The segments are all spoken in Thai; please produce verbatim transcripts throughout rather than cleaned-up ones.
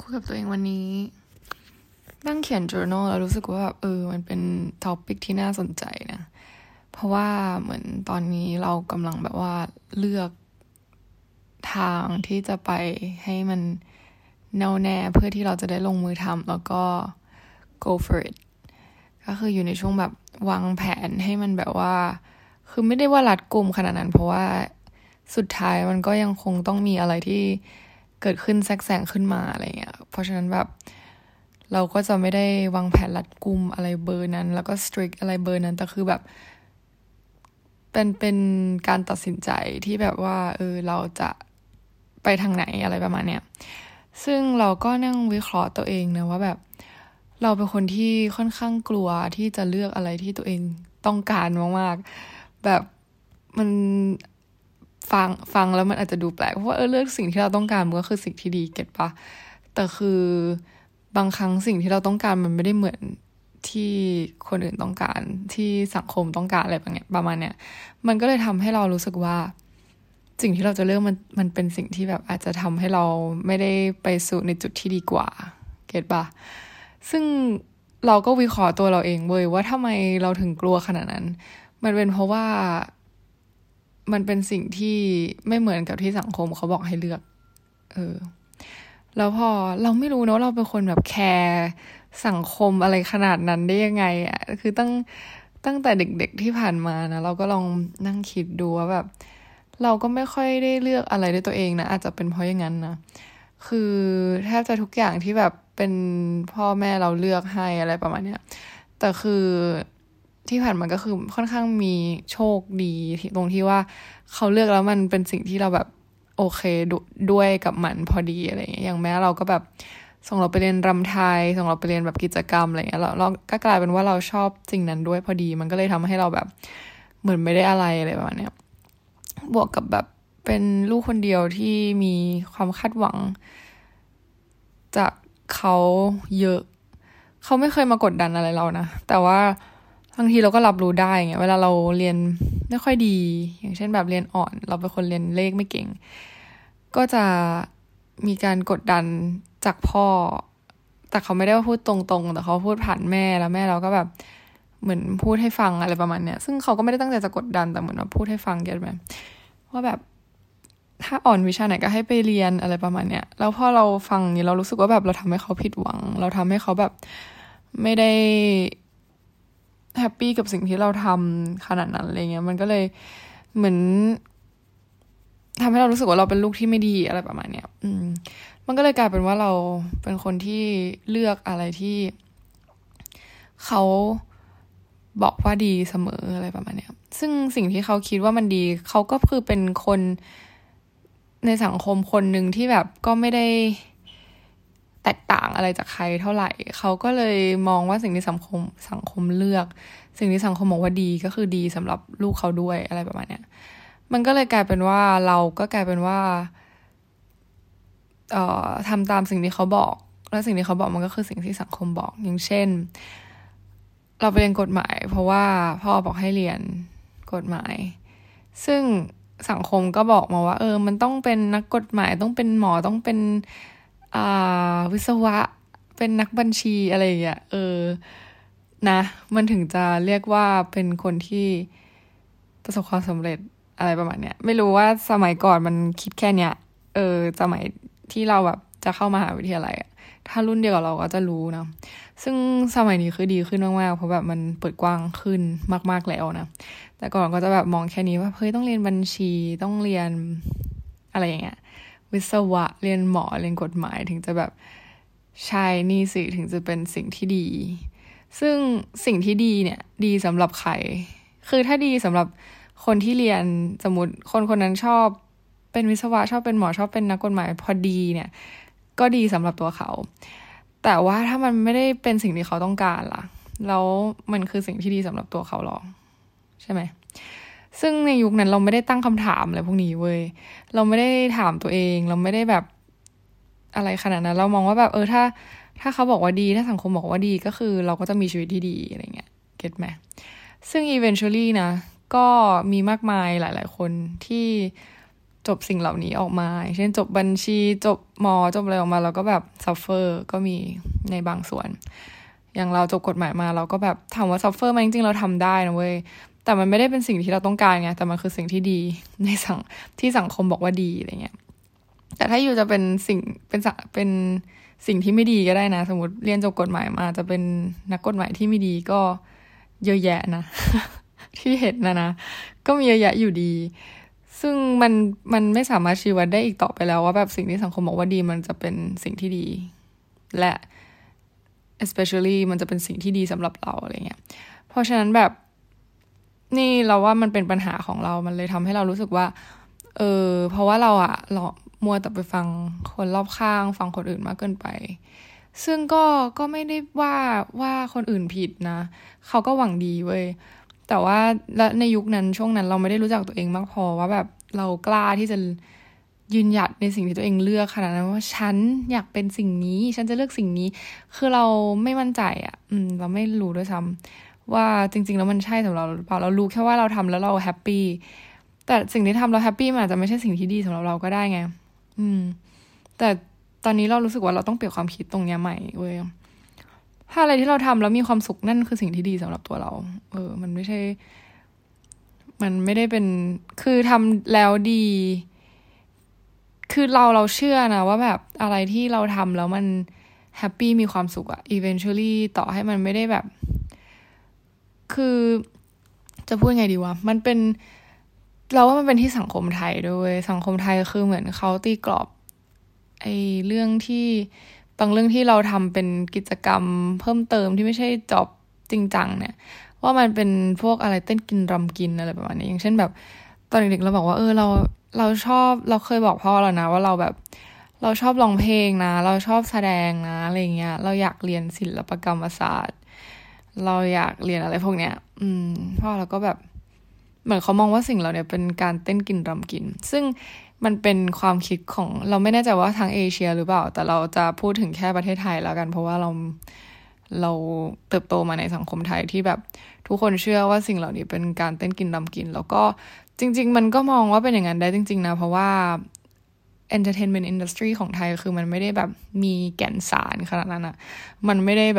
คุยกับตัวเองวันนี้นั่งเขียน journal แล้วรู้สึกว่าแบบเออมันเป็น topic ที่น่าสนใจนะเพราะว่าเหมือนตอนนี้เรากำลังแบบว่าเลือกทางที่จะไปให้มันแน่วแน่เพื่อที่เราจะได้ลงมือทำแล้วก็ go for it ก็คืออยู่ในช่วงแบบวางแผนให้มันแบบว่าคือไม่ได้ว่ารัดกุมขนาดนั้นเพราะว่าสุดท้ายมันก็ยังคงต้องมีอะไรที่เกิดขึ้นแทรกแซงขึ้นมาอะไรเงี้ยเพราะฉะนั้นแบบเราก็จะไม่ได้วางแผนรัดกุมอะไรเบอร์นั้นแล้วก็ strict อะไรเบอร์นั้นแต่คือแบบเป็นเป็นการตัดสินใจที่แบบว่าเออเราจะไปทางไหนอะไรประมาณเนี้ยซึ่งเราก็นั่งวิเคราะห์ตัวเองนะว่าแบบเราเป็นคนที่ค่อนข้างกลัวที่จะเลือกอะไรที่ตัวเองต้องการมากๆแบบมันฟังฟังแล้วมันอาจจะดูแปลกเพราะว่าเออเลือกสิ่งที่เราต้องการมันก็คือสิ่งที่ดีเก็ตปะแต่คือบางครั้งสิ่งที่เราต้องการมันไม่ได้เหมือนที่คนอื่นต้องการที่สังคมต้องการอะไรแบบเนี้ยประมาณเนี้ยมันก็เลยทำให้เรารู้สึกว่าสิ่งที่เราจะเลือกมันมันเป็นสิ่งที่แบบอาจจะทำให้เราไม่ได้ไปสู่ในจุดที่ดีกว่าเก็ตปะซึ่งเราก็วิเคราะห์ตัวเราเองเว้ยว่าทำไมเราถึงกลัวขนาดนั้นมันเป็นเพราะว่ามันเป็นสิ่งที่ไม่เหมือนกับที่สังคมเขาบอกให้เลือกเออแล้วพอเราไม่รู้นะเราเป็นคนแบบแคร์สังคมอะไรขนาดนั้นได้ยังไงอ่ะคือตั้งตั้งแต่เด็กๆที่ผ่านมานะเราก็ลองนั่งคิดดูว่าแบบเราก็ไม่ค่อยได้เลือกอะไรด้วยตัวเองนะอาจจะเป็นเพราะอย่างนั้นนะคือแทบจะทุกอย่างที่แบบเป็นพ่อแม่เราเลือกให้อะไรประมาณเนี้ยแต่คือที่ผ่านมาก็คือค่อนข้างมีโชคดีตรงที่ว่าเขาเลือกแล้วมันเป็นสิ่งที่เราแบบโอเคด้วยกับมันพอดีอะไรอย่างเงี้ยอย่างแม้เราก็แบบส่งเราไปเรียนรำไทยส่งเราไปเรียนแบบกิจกรรมอะไรเงี้ยเราเราก็กลายเป็นว่าเราชอบสิ่งนั้นด้วยพอดีมันก็เลยทำให้เราแบบเหมือนไม่ได้อะไรอะไรประมาณเนี้ยบวกกับแบบเป็นลูกคนเดียวที่มีความคาดหวังจากเขาเยอะเขาไม่เคยมากดดันอะไรเรานะแต่ว่าบางทีเราก็รับรู้ได้ไงเวลาเราเรียนไม่ค่อยดีอย่างเช่นแบบเรียนอ่อนเราเป็นคนเรียนเลขไม่เก่งก็จะมีการกดดันจากพ่อแต่เขาไม่ได้ว่าพูดตรงๆแต่เขาพูดผ่านแม่แล้วแม่เราก็แบบเหมือนพูดให้ฟังอะไรประมาณเนี้ยซึ่งเขาก็ไม่ได้ตั้งใจจะกดดันแต่เหมือนว่าพูดให้ฟังเก็ทไหมว่าแบบถ้าอ่อนวิชาไหนก็ให้ไปเรียนอะไรประมาณเนี้ยแล้วพอเราฟังนี้เรารู้สึกว่าแบบเราทำให้เขาผิดหวังเราทำให้เขาแบบไม่ได้แฮปปี้กับสิ่งที่เราทำขนาดนั้นอะไรเงี้ยมันก็เลยเหมือนทำให้เรารู้สึกว่าเราเป็นลูกที่ไม่ดีอะไรประมาณเนี้ยอืมมันก็เลยกลายเป็นว่าเราเป็นคนที่เลือกอะไรที่เขาบอกว่าดีเสมออะไรประมาณเนี้ยซึ่งสิ่งที่เขาคิดว่ามันดีเขาก็คือเป็นคนในสังคมคนหนึ่งที่แบบก็ไม่ได้แตกต่างอะไรจากใครเท่าไหร่เขาก็เลยมองว่าสิ่งที่สังคมสังคมเลือกสิ่งที่สังคมบอกว่าดีก็คือดีสำหรับลูกเขาด้วยอะไรประมาณเนี้ยมันก็เลยกลายเป็นว่าเราก็กลายเป็นว่าเอ่อทำตามสิ่งที่เขาบอกแล้วสิ่งที่เขาบอกมันก็คือสิ่งที่สังคมบอกอย่างเช่นเราไปเรียนกฎหมายเพราะว่าพ่อบอกให้เรียนกฎหมายซึ่งสังคมก็บอกมาว่าเออมันต้องเป็นนักกฎหมายต้องเป็นหมอต้องเป็นอ่าวิศวะเป็นนักบัญชีอะไรอย่างเงี้ยเออนะมันถึงจะเรียกว่าเป็นคนที่ประสบความสำเร็จอะไรประมาณเนี้ยไม่รู้ว่าสมัยก่อนมันคิดแค่เนี้ยเออสมัยที่เราแบบจะเข้ามหาวิทยาลัยถ้ารุ่นเดียวกับเราก็จะรู้นะซึ่งสมัยนี้คือดีขึ้นมากๆเพราะแบบมันเปิดกว้างขึ้นมากๆแล้วนะแต่ก่อนก็จะแบบมองแค่นี้ว่าเฮ้ยต้องเรียนบัญชีต้องเรียนอะไรอย่างเงี้ยวิศวะเรียนหมอเรียนกฎหมายถึงจะแบบใช่นี่สิถึงจะเป็นสิ่งที่ดีซึ่งสิ่งที่ดีเนี่ยดีสำหรับใครคือถ้าดีสำหรับคนที่เรียนสมมติคนคนนั้นชอบเป็นวิศวะชอบเป็นหมอชอบเป็นนักกฎหมายพอดีเนี่ยก็ดีสำหรับตัวเขาแต่ว่าถ้ามันไม่ได้เป็นสิ่งที่เขาต้องการล่ะแล้วมันคือสิ่งที่ดีสำหรับตัวเขาหรอใช่ไหมซึ่งในยุคนั้นเราไม่ได้ตั้งคำถามอะไรพวกนี้เว้ยเราไม่ได้ถามตัวเองเราไม่ได้แบบอะไรขนาดนั้นเรามองว่าแบบเออถ้าถ้าเขาบอกว่าดีถ้าสังคมบอกว่าดีก็คือเราก็จะมีชีวิตที่ดีอะไรเงี้ยเก็ทไหมซึ่ง eventually นะก็มีมากมายหลายๆคนที่จบสิ่งเหล่านี้ออกมาเช่นจบบัญชีจบมอจบอะไรออกมาเราก็แบบซัฟเฟอร์ก็มีในบางส่วนอย่างเราจบกฎหมายมาเราก็แบบถามว่าซัฟเฟอร์ไหมจริงๆเราทำได้นะเว้ยแต่มันไม่ได้เป็นสิ่งที่เราต้องการไงแต่มันคือสิ่งที่ดีในสังที่สังคมบอกว่าดีอะไรเงี้ยแต่ถ้าอยู่จะเป็นสิ่งเป็นเป็นสิ่งที่ไม่ดีก็ได้นะสมมติเรียนจบกฎหมายมาจะเป็นนักกฎหมายที่ไม่ดีก็เยอะแยะนะ ที่เห็นนะนะก็มีเยอะแยะอยู่ดีซึ่งมันมันไม่สามารถชี้วัดได้อีกต่อไปแล้วว่าแบบสิ่งที่สังคมบอกว่าดีมันจะเป็นสิ่งที่ดีและ especially มันจะเป็นสิ่งที่ดีสำหรับเราอะไรเงี้ยเพราะฉะนั้นแบบนี่เราว่ามันเป็นปัญหาของเรามันเลยทำให้เรารู้สึกว่าเออเพราะว่าเราอะเรามัวแต่ไปฟังคนรอบข้างฟังคนอื่นมากเกินไปซึ่งก็ก็ไม่ได้ว่าว่าคนอื่นผิดนะเขาก็หวังดีเว้ยแต่ว่าและในยุคนั้นช่วงนั้นเราไม่ได้รู้จักตัวเองมากพอว่าแบบเรากล้าที่จะยืนหยัดในสิ่งที่ตัวเองเลือกขนาดนั้นว่าฉันอยากเป็นสิ่งนี้ฉันจะเลือกสิ่งนี้คือเราไม่มั่นใจอ่ะอืมเราไม่รู้ด้วยซ้ำว่าจริงๆแล้วมันใช่สำหรับเราหรือเปล่าเรารู้แค่ว่าเราทำแล้วเราแฮปปี้แต่สิ่งที่ทำเราแฮปปี้มันอาจจะไม่ใช่สิ่งที่ดีสำหรับเราก็ได้ไงอืมแต่ตอนนี้เรารู้สึกว่าเราต้องเปลี่ยนความคิดตรงนี้ใหม่เว้ยถ้าอะไรที่เราทำแล้วมีความสุขนั่นคือสิ่งที่ดีสำหรับตัวเราเออมันไม่ใช่มันไม่ได้เป็นคือทำแล้วดีคือเราเราเชื่อนะว่าแบบอะไรที่เราทำแล้วมันแฮปปี้มีความสุขอะ eventually ต่อให้มันไม่ได้แบบคือจะพูดไงดีวะมันเป็นเราว่ามันเป็นที่สังคมไทยด้วยสังคมไทยคือเหมือนเขาตีกรอบไอ้เรื่องที่บางเรื่องที่เราทำเป็นกิจกรรมเพิ่มเติมที่ไม่ใช่จ็อบจริงจังเนี่ยว่ามันเป็นพวกอะไรเต้นกินรำกินอะไรประมาณนี้อย่างเช่นแบบตอนเด็กๆเราบอกว่าเออเราเราชอบเราเคยบอกพ่อเรานะว่าเราแบบเราชอบร้องเพลงนะเราชอบแสดงนะอะไรเงี้ยเราอยากเรียนศิลปกรรมศาสตร์เราอยากเรียนอะไรพวกเนี้ยอืมพ่อเราก็แบบเหมือนเขามองว่าสิ่งเราเนี่ยเป็นการเต้นกินรำกินซึ่งมันเป็นความคิดของเราไม่แน่ใจว่าทั้งเอเชียหรือเปล่าแต่เราจะพูดถึงแค่ประเทศไทยแล้วกันเพราะว่าเราเราเติบโตมาในสังคมไทยที่แบบทุกคนเชื่อว่าสิ่งเหล่านี้เป็นการเต้นกินรำกินแล้วก็จริงๆมันก็มองว่าเป็นอย่างนั้นได้จริงๆนะเพราะว่า entertainment industry ของไทยคือมันไม่ได้แบบมีแก่นสารขนาดนั้นอะมันไม่ได้แบบ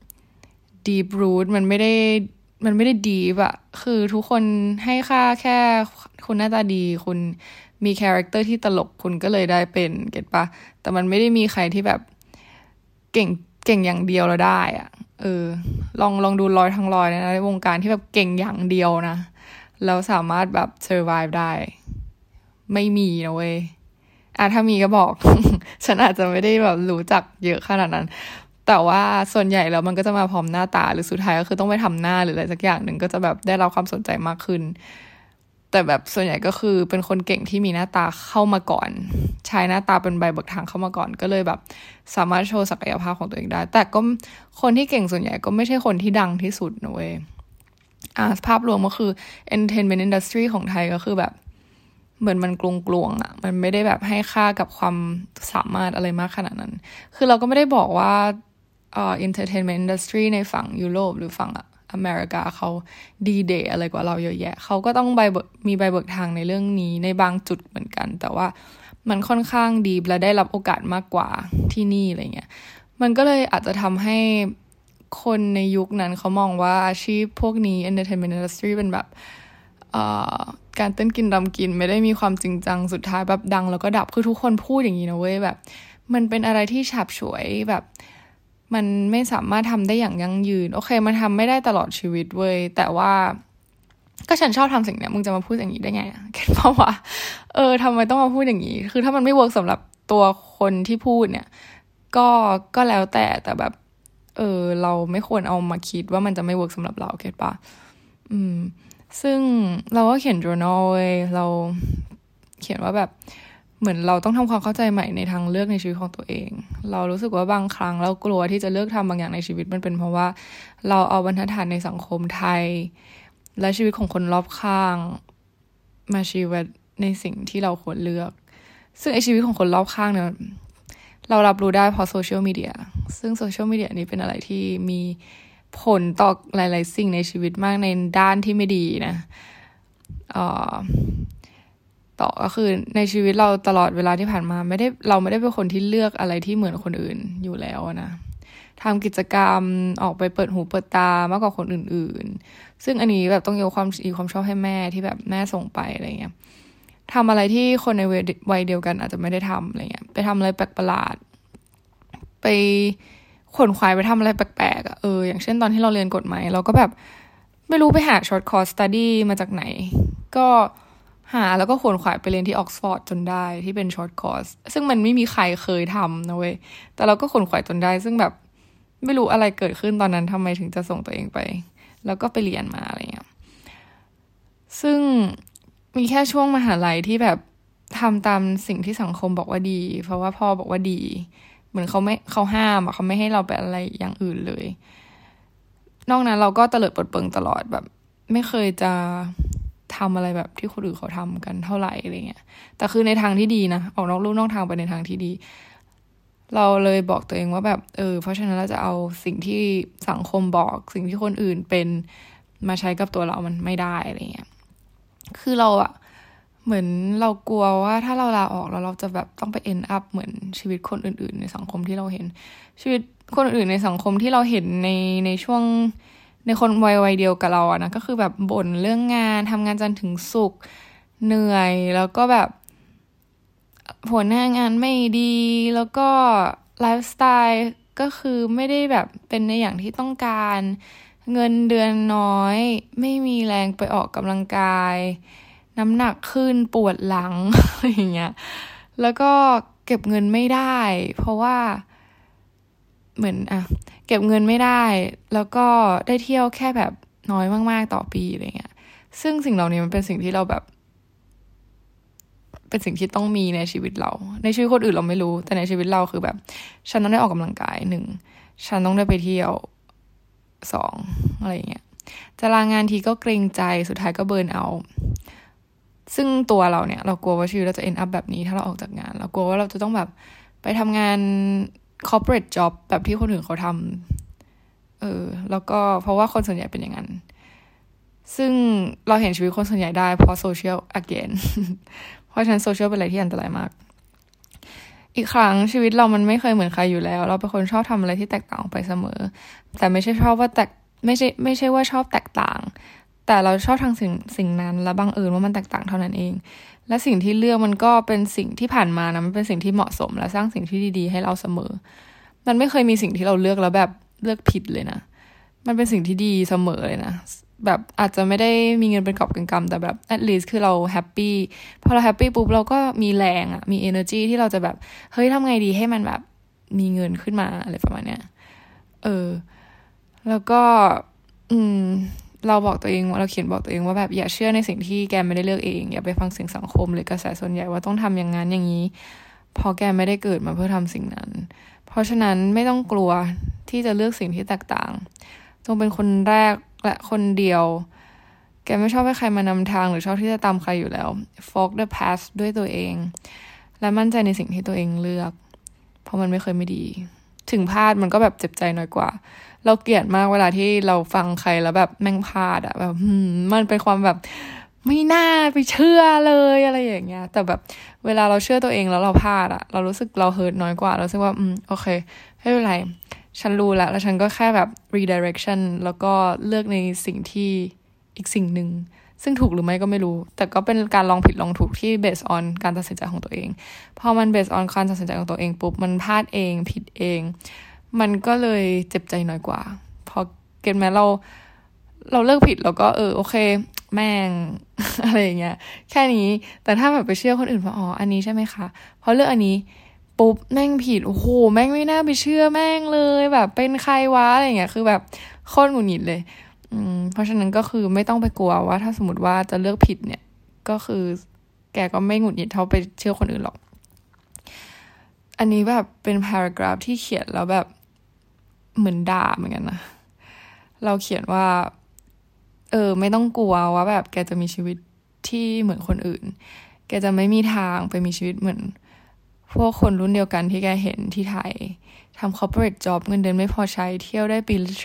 deep root มันไม่ได้มันไม่ได้ deep อะคือทุกคนให้ค่าแค่คุณหน้าตาดีคุณมีคาแรคเตอร์ที่ตลกคุณก็เลยได้เป็นเก็ทปะแต่มันไม่ได้มีใครที่แบบเก่งเก่งอย่างเดียวแล้วได้อะเออลองลองดูร้อยทั้งร้อยนะในวงการที่แบบเก่งอย่างเดียวนะแล้วสามารถแบบ survive ได้ไม่มีนะเว้ยอ่ะถ้ามีก็บอก ฉันอาจจะไม่ได้แบบรู้จักเยอะขนาดนั้นแต่ว่าส่วนใหญ่แล้วมันก็จะมาพร้อมหน้าตาหรือสุดท้ายก็คือต้องไปทำหน้าหรืออะไรสักอย่างหนึ่งก็จะแบบได้รับความสนใจมากขึ้นแต่แบบส่วนใหญ่ก็คือเป็นคนเก่งที่มีหน้าตาเข้ามาก่อนใช้หน้าตาเป็นใบเบิกทางเข้ามาก่อนก็เลยแบบสามารถโชว์ศักยภาพของตัวเองได้แต่ก็คนที่เก่งส่วนใหญ่ก็ไม่ใช่คนที่ดังที่สุดนะเว้ยอ่ะภาพรวมก็คือ entertainment industry ของไทยก็คือแบบเหมือนมันกลวงๆอ่ะมันไม่ได้แบบให้ค่ากับความสามารถอะไรมากขนาดนั้นคือเราก็ไม่ได้บอกว่าเอ่อ entertainment industry ในฝั่งยุโรปหรือฝั่งอเมริกาเขาดีเดย์อะไรกว่าเราเยอะแยะเขาก็ต้องใบมีใบเบิกทางในเรื่องนี้ในบางจุดเหมือนกันแต่ว่ามันค่อนข้างดีและได้รับโอกาสมากกว่าที่นี่อะไรเงี้ยมันก็เลยอาจจะทำให้คนในยุคนั้นเขามองว่าอาชีพพวกนี้ entertainment industry เป็นแบบการเต้นกินรำกินไม่ได้มีความจริงจังสุดท้ายแบบดังแล้วก็ดับคือทุกคนพูดอย่างนี้นะเว้ยแบบมันเป็นอะไรที่ฉาบฉวยแบบมันไม่สามารถทำได้อย่างยั่งยืนโอเคมันทำไม่ได้ตลอดชีวิตเว้ยแต่ว่าก็ฉันชอบทำสิ่งเนี้ยมึงจะมาพูดอย่างนี้ได้ไงอ่ะเก็ทเพราะว่าเออทำไมต้องมาพูดอย่างนี้คือถ้ามันไม่เวิร์กสำหรับตัวคนที่พูดเนี่ยก็ก็แล้วแต่แต่แบบเออเราไม่ควรเอามาคิดว่ามันจะไม่เวิร์กสำหรับเราเก็ทปะอืมซึ่งเราก็เขียน journal เว้ยเราเขียนว่าแบบเหมือนเราต้องทำความเข้าใจใหม่ในทางเลือกในชีวิตของตัวเองเรารู้สึกว่าบางครั้งเรากลัวที่จะเลือกทำบางอย่างในชีวิตมันเป็นเพราะว่าเราเอาบรรทัดฐานในสังคมไทยและชีวิตของคนรอบข้างมาชี้วัดในสิ่งที่เราควรเลือกซึ่งไอชีวิตของคนรอบข้างเนี่ยเรารับรู้ได้เพราะโซเชียลมีเดียซึ่งโซเชียลมีเดียนี้เป็นอะไรที่มีผลต่อหลายๆสิ่งในชีวิตมากในด้านที่ไม่ดีนะเอ่อต่อก็คือในชีวิตเราตลอดเวลาที่ผ่านมาไม่ได้เราไม่ได้เป็นคนที่เลือกอะไรที่เหมือนคนอื่นอยู่แล้วนะทำกิจกรรมออกไปเปิดหูเปิดตามากกว่าคนอื่นๆซึ่งอันนี้แบบต้องยกความอีความชอบให้แม่ที่แบบแม่ส่งไปอะไรเงี้ยทำอะไรที่คนในวัยเดียวกันอาจจะไม่ได้ทำอะไรเงี้ยไปทำอะไรแปลกประหลาดไปขวนขวายไปทำอะไรแปลกๆอ่ะเอออย่างเช่นตอนที่เราเรียนกฎหมายเราก็แบบไม่รู้ไปหา short course study มาจากไหนก็หาแล้วก็ขวนขวายไปเรียนที่ออกซฟอร์ดจนได้ที่เป็น short course ซึ่งมันไม่มีใครเคยทำนะเว้ยแต่เราก็ขวนขวายจนได้ซึ่งแบบไม่รู้อะไรเกิดขึ้นตอนนั้นทำไมถึงจะส่งตัวเองไปแล้วก็ไปเรียนมาอะไรเงี้ยซึ่งมีแค่ช่วงมหาลัยที่แบบทำตามสิ่งที่สังคมบอกว่าดีเพราะว่าพ่อบอกว่าดีเหมือนเขาไม่เขาห้ามอะเขาไม่ให้เราไปอะไรอย่างอื่นเลยนอกนั้นเราก็เตลิดเปิดเปิงตลอดแบบไม่เคยจะทำอะไรแบบที่คนอื่นเขาทำกันเท่าไหร่อะไรเงี้ยแต่คือในทางที่ดีนะออกนอกลู่นอกทางไปในทางที่ดีเราเลยบอกตัวเองว่าแบบเออเพราะฉะนั้นเราจะเอาสิ่งที่สังคมบอกสิ่งที่คนอื่นเป็นมาใช้กับตัวเรามันไม่ได้อะไรเงี้ยคือเราอะเหมือนเรากลัวว่าถ้าเราลาออกแล้วเราจะแบบต้องไป end up เหมือนชีวิตคนอื่นๆในสังคมที่เราเห็นชีวิตคนอื่นในสังคมที่เราเห็นในในช่วงในคนวัยวัยเดียวกับเราอะนะก็คือแบบบ่นเรื่องงานทำงานจันทร์ถึงศุกร์เหนื่อยแล้วก็แบบหัวหน้างานไม่ดีแล้วก็ไลฟ์สไตล์ก็คือไม่ได้แบบเป็นในอย่างที่ต้องการเงินเดือนน้อยไม่มีแรงไปออกกำลังกายน้ำหนักขึ้นปวดหลัง อย่างเงี้ยแล้วก็เก็บเงินไม่ได้เพราะว่าเหมือนอะเก็บเงินไม่ได้แล้วก็ได้เที่ยวแค่แบบน้อยมากๆต่อปีอะไรเงี้ยซึ่งสิ่งเหล่านี้มันเป็นสิ่งที่เราแบบเป็นสิ่งที่ต้องมีในชีวิตเราในชีวิตคนอื่นเราไม่รู้แต่ในชีวิตเราคือแบบฉันต้องได้ออกกำลังกายหนึ่งฉันต้องได้ไปเที่ยวสองอะไรเงี้ยจะลางานทีก็เกรงใจสุดท้ายก็เบิร์นเอาซึ่งตัวเราเนี่ยเรากลัวว่าชีวิตเราจะ end up แบบนี้ถ้าเราออกจากงานเรากลัวว่าเราจะต้องแบบไปทำงาน corporate job แบบที่คนอื่นเขาทำเออแล้วก็เพราะว่าคนส่วนใหญ่เป็นอย่างนั้นซึ่งเราเห็นชีวิตคนส่วนใหญ่ได้เพราะโซเชียล again เพราะฉะนั้นโซเชียลเป็นอะไรที่อันตรายมากอีกครั้งชีวิตเรามันไม่เคยเหมือนใครอยู่แล้วเราเป็นคนชอบทำอะไรที่แตกต่างออกไปเสมอแต่ไม่ใช่ชอบว่าแตกไม่ใช่ไม่ใช่ว่าชอบแตกต่างแต่เราชอบทางสิ่งสิ่งนั้นและบังเอิญว่ามันแตกต่างเท่านั้นเองและสิ่งที่เลือกมันก็เป็นสิ่งที่ผ่านมานะมันเป็นสิ่งที่เหมาะสมและสร้างสิ่งที่ดีๆให้เราเสมอมันไม่เคยมีสิ่งที่เราเลือกแล้วแบบเลือกผิดเลยนะมันเป็นสิ่งที่ดีเสมอเลยนะแบบอาจจะไม่ได้มีเงินเป็นกอบเป็นกำแต่แบบ at least คือเราแฮปปี้พอเราแฮปปี้ปุ๊บเราก็มีแรงอะมี energy ที่เราจะแบบเฮ้ยทำไงดีให้มันแบบมีเงินขึ้นมาอะไรประมาณเนี้ยเออแล้วก็อืมเราบอกตัวเองเราเขียนบอกตัวเองว่าแบบอย่าเชื่อในสิ่งที่แกไม่ได้เลือกเองอย่าไปฟังเสียงสังคมหรือกระแสส่วนใหญ่ว่าต้องทำอย่างนั้นอย่างนี้พอแกไม่ได้เกิดมาเพื่อทำสิ่งนั้นเพราะฉะนั้นไม่ต้องกลัวที่จะเลือกสิ่งที่แตกต่างจงเป็นคนแรกและคนเดียวแกไม่ชอบให้ใครมานำทางหรือชอบที่จะตามใครอยู่แล้ว Walk the path ด้วยตัวเองและมั่นใจในสิ่งที่ตัวเองเลือกเพราะมันไม่เคยไม่ดีถึงพลาดมันก็แบบเจ็บใจน้อยกว่าเราเกลียดมากเวลาที่เราฟังใครแล้วแบบแม่งพลาดอะแบบมันเป็นความแบบไม่น่าไปเชื่อเลยอะไรอย่างเงี้ยแต่แบบเวลาเราเชื่อตัวเองแล้วเราพลาดอะเรารู้สึกเราเฮิร์ตน้อยกว่าเราสึกว่าอืมโอเคไม่เป็นไรฉันรู้แล้วแล้วฉันก็แค่แบบ redirection แล้วก็เลือกในสิ่งที่อีกสิ่งหนึ่งซึ่งถูกหรือไม่ก็ไม่รู้แต่ก็เป็นการลองผิดลองถูกที่ based on การตัดสินใจของตัวเองพอมัน based on การตัดสินใจของตัวเองปุ๊บมันพลาดเองผิดเองมันก็เลยเจ็บใจน้อยกว่าพอเก็ตไหมเราเราเลือกผิดแล้วก็เออโอเคแม่ง อะไรอย่างเงี้ยแค่นี้แต่ถ้าแบบไปเชื่อคนอื่นว่าอ๋ออันนี้ใช่ไหมคะเพราะเลือกอันนี้ปุ๊บแม่งผิดโอ้โหแม่งไม่น่าไปเชื่อแม่งเลยแบบเป็นใครวะอะไรอย่างเงี้ยคือแบบโคตรหงุดหงิดเลยอืมเพราะฉะนั้นก็คือไม่ต้องไปกลัวว่าถ้าสมมติว่าจะเลือกผิดเนี่ยก็คือแกก็ไม่หงุดหงิดเท่าไปเชื่อคนอื่นหรอกอันนี้แบบเป็น paragraph ที่เขียนแล้วแบบเหมือนด่าเหมือนกันนะเราเขียนว่าเออไม่ต้องกลัวว่าแบบแกจะมีชีวิตที่เหมือนคนอื่นแกจะไม่มีทางไปมีชีวิตเหมือนพวกคนรุ่นเดียวกันที่แกเห็นที่ไทยทำ corporate job เงินเดือนไม่พอใช้เที่ยวได้ปีละทริปป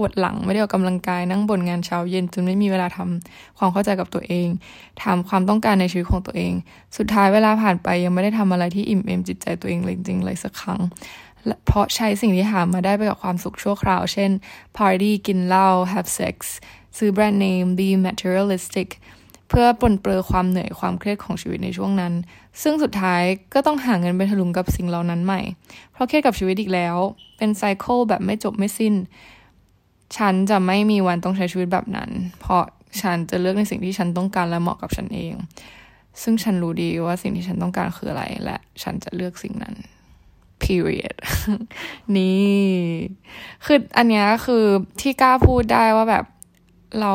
วดหลังไม่ได้ออกกำลังกายนั่งบ่นงานเช้าเย็นจนไม่มีเวลาทำความเข้าใจกับตัวเองทำความต้องการในชีวิตของตัวเองสุดท้ายเวลาผ่านไปยังไม่ได้ทำอะไรที่อิ่มเอมจิตใจตัวเองเลยจริงๆเลยสักครั้งเพราะใช้สิ่งที่หามาได้ไปกับความสุขชั่วคราวเช่น party กินเหล้า have sex ซื้อแบรนด์เนม be materialistic เพื่อปลนเปลือความเหนื่อยความเครียดของชีวิตในช่วงนั้นซึ่งสุดท้ายก็ต้องหาเงินไปถลุงกับสิ่งเหล่านั้นใหม่เพราะเครียดกับชีวิตอีกแล้วเป็นไซเคิลแบบไม่จบไม่สิ้นฉันจะไม่มีวันต้องใช้ชีวิตแบบนั้นเพราะฉันจะเลือกในสิ่งที่ฉันต้องการและเหมาะกับฉันเองซึ่งฉันรู้ดีว่าสิ่งที่ฉันต้องการคืออะไรและฉันจะเลือกสิ่งนั้น period นี่คืออันเนี้ยคือที่กล้าพูดได้ว่าแบบเรา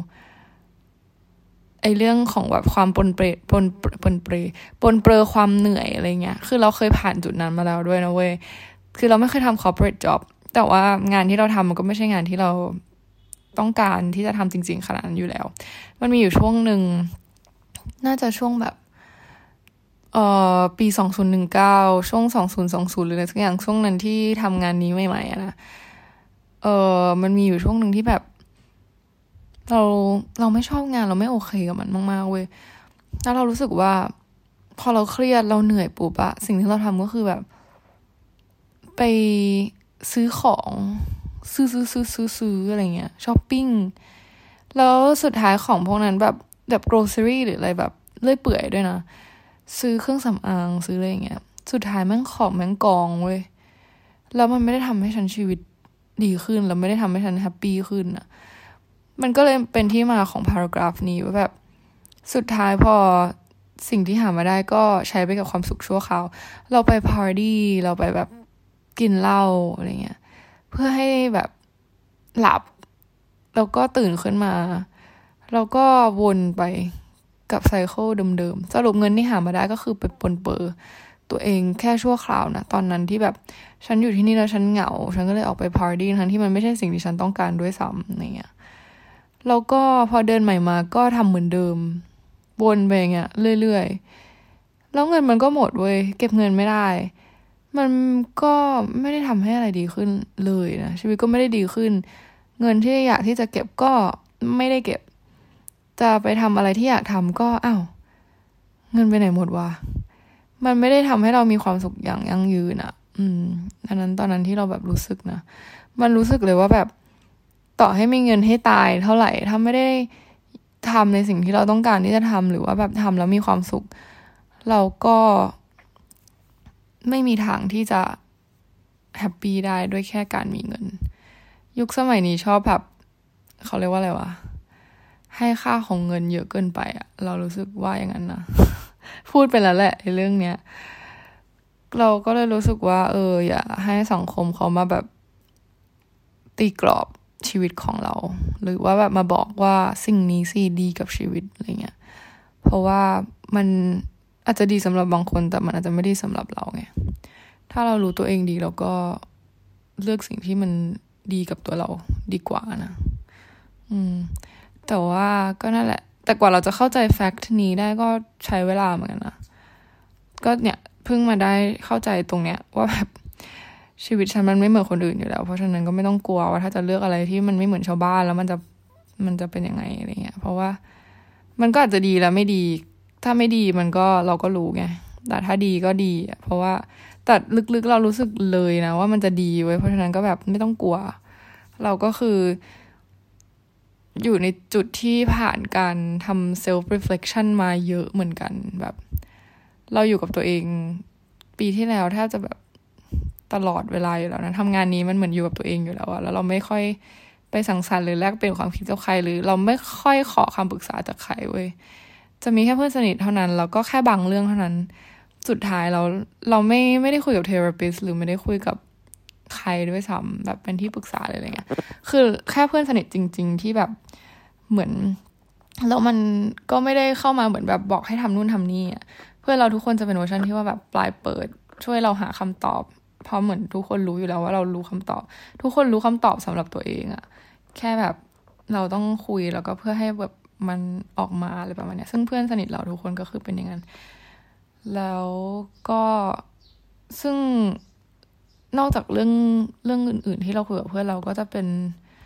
ไอเรื่องของแบบความปนเปรปนปนเปรปนเปรอความเหนื่อยอะไรเงี้ยคือเราเคยผ่านจุดนั้นมาแล้วด้วยนะเว้ยคือเราไม่เคยทำ corporate job แต่ว่างานที่เราทำมันก็ไม่ใช่งานที่เราต้องการที่จะทำจริงๆขนาดนั้นอยู่แล้วมันมีอยู่ช่วงหนึ่งน่าจะช่วงแบบเอ่อปีสองพันสิบเก้าช่วงสองพันยี่สิบหรืออะไรสักอย่างช่วงนั้นที่ทำงานนี้ใหม่ๆนะเออมันมีอยู่ช่วงหนึ่งที่แบบเราเราไม่ชอบงานเราไม่โอเคกับมันมากๆเว้ยแล้วเรารู้สึกว่าพอเราเครียดเราเหนื่อยปุ๊บอะสิ่งที่เราทำก็คือแบบไปซื้อของซื้อซื้อซื้อซื้อซื้ออะไรเงี้ยช้อปปิ้งแล้วสุดท้ายของพวกนั้นแบบแบบ grocery หรืออะไรแบบเลื่อยเปื่อยด้วยนะซื้อเครื่องสำอางซื้ออะไรอย่างเงี้ยสุดท้ายแม่งของแม่งกองเว้ยแล้วมันไม่ได้ทำให้ฉันชีวิตดีขึ้นแล้วไม่ได้ทำให้ฉันแฮปปี้ขึ้นอะมันก็เลยเป็นที่มาของ paragraph นี้ว่าแบบสุดท้ายพอสิ่งที่หามาได้ก็ใช้ไปกับความสุขชั่วคราวเราไปปาร์ตี้เราไปแบบกินเหล้าอะไรเงี้ยเพื่อให้แบบหลับแล้วก็ตื่นขึ้นมาแล้วก็วนไปกับไซเคิลเดิมๆสรุปเงินที่หามาได้ก็คือไปปนเปื้อตัวเองแค่ชั่วคราวนะตอนนั้นที่แบบฉันอยู่ที่นี่แล้วฉันเหงาฉันก็เลยออกไปปาร์ตี้ทั้งที่มันไม่ใช่สิ่งที่ฉันต้องการด้วยซ้ำอะไรเงี้ยแล้วก็พอเดินใหม่มาก็ทำเหมือนเดิมวนไปอย่างเงี้ยเรื่อยๆแล้วเงินมันก็หมดเว้ยเก็บเงินไม่ได้มันก็ไม่ได้ทำให้อะไรดีขึ้นเลยนะชีวิตก็ไม่ได้ดีขึ้นเงินที่อยากที่จะเก็บก็ไม่ได้เก็บจะไปทำอะไรที่อยากทำก็อ้าวเงินไปไหนหมดวะมันไม่ได้ทำให้เรามีความสุขอย่างยั่งยืนอ่ะอืมดังนั้นตอนนั้นที่เราแบบรู้สึกนะมันรู้สึกเลยว่าแบบต่อให้มีเงินให้ตายเท่าไหร่ถ้าไม่ได้ทำในสิ่งที่เราต้องการที่จะทำหรือว่าแบบทำแล้วมีความสุขเราก็ไม่มีทางที่จะแฮปปี้ได้ด้วยแค่การมีเงินยุคสมัยนี้ชอบแบบเขาเรียกว่าอะไรวะให้ค่าของเงินเยอะเกินไปอะเรารู้สึกว่าอย่างนั้นนะพูดไปแล้วแหละในเรื่องเนี้ยเราก็เลยรู้สึกว่าเอออย่าให้สังคมเขามาแบบตีกรอบชีวิตของเราหรือว่าแบบมาบอกว่าสิ่งนี้สิดีกับชีวิตอะไรเงี้ยเพราะว่ามันอาจจะดีสำหรับบางคนแต่มันอาจจะไม่ดีสำหรับเราไงถ้าเรารู้ตัวเองดีเราก็เลือกสิ่งที่มันดีกับตัวเราดีกว่านะอืมแต่ว่าก็นั่นแหละแต่กว่าเราจะเข้าใจแฟกต์นี้ได้ก็ใช้เวลาเหมือนกันนะก็เนี่ยเพิ่งมาได้เข้าใจตรงเนี้ยว่าแบบชีวิตฉันมันไม่เหมือนคนอื่นอยู่แล้วเพราะฉะนั้นก็ไม่ต้องกลัวว่าถ้าจะเลือกอะไรที่มันไม่เหมือนชาวบ้านแล้วมันจะมันจะเป็นยังไงอะไรเงี้ยเพราะว่ามันก็อาจจะดีแล้วไม่ดีถ้าไม่ดีมันก็เราก็รู้ไงแต่ถ้าดีก็ดีเพราะว่าแต่ลึกๆเรารู้สึกเลยนะว่ามันจะดีไว้เพราะฉะนั้นก็แบบไม่ต้องกลัวเราก็คืออยู่ในจุดที่ผ่านการทำ self reflection มาเยอะเหมือนกันแบบเราอยู่กับตัวเองปีที่แล้วแทบจะแบบตลอดเวลาอยู่แล้วนะทำงานนี้มันเหมือนอยู่กับตัวเองอยู่แล้วอะแล้วเราไม่ค่อยไปสังสรรค์หรือแลกเปลี่ยนความคิดกับใครหรือเราไม่ค่อยขอคำปรึกษาจากใครเว้ยจะมีแค่เพื่อนสนิทเท่านั้นแล้วก็แค่บางเรื่องเท่านั้นสุดท้ายเราเราไม่ไม่ได้คุยกับ therapist หรือไม่ได้คุยกับใครด้วยซ้ำแบบเป็นที่ปรึกษาอะไรเงี้ยคือแค่เพื่อนสนิทจริงๆที่แบบเหมือนแล้วมันก็ไม่ได้เข้ามาเหมือนแบบบอกให้ทำนู่นทำนี่อ่ะเพื่อนเราทุกคนจะเป็นเวอร์ชันที่ว่าแบบปลายเปิดช่วยเราหาคำตอบเพราะเหมือนทุกคนรู้อยู่แล้วว่าเรารู้คำตอบทุกคนรู้คำตอบสำหรับตัวเองอ่ะแค่แบบเราต้องคุยแล้วก็เพื่อให้แบบมันออกมาอะไรประมาณเนี้ยซึ่งเพื่อนสนิทเราทุกคนก็คือเป็นอย่างนั้นแล้วก็ซึ่งนอกจากเรื่องเรื่องอื่นๆที่เราคุยกับเพื่อนเราก็จะเป็น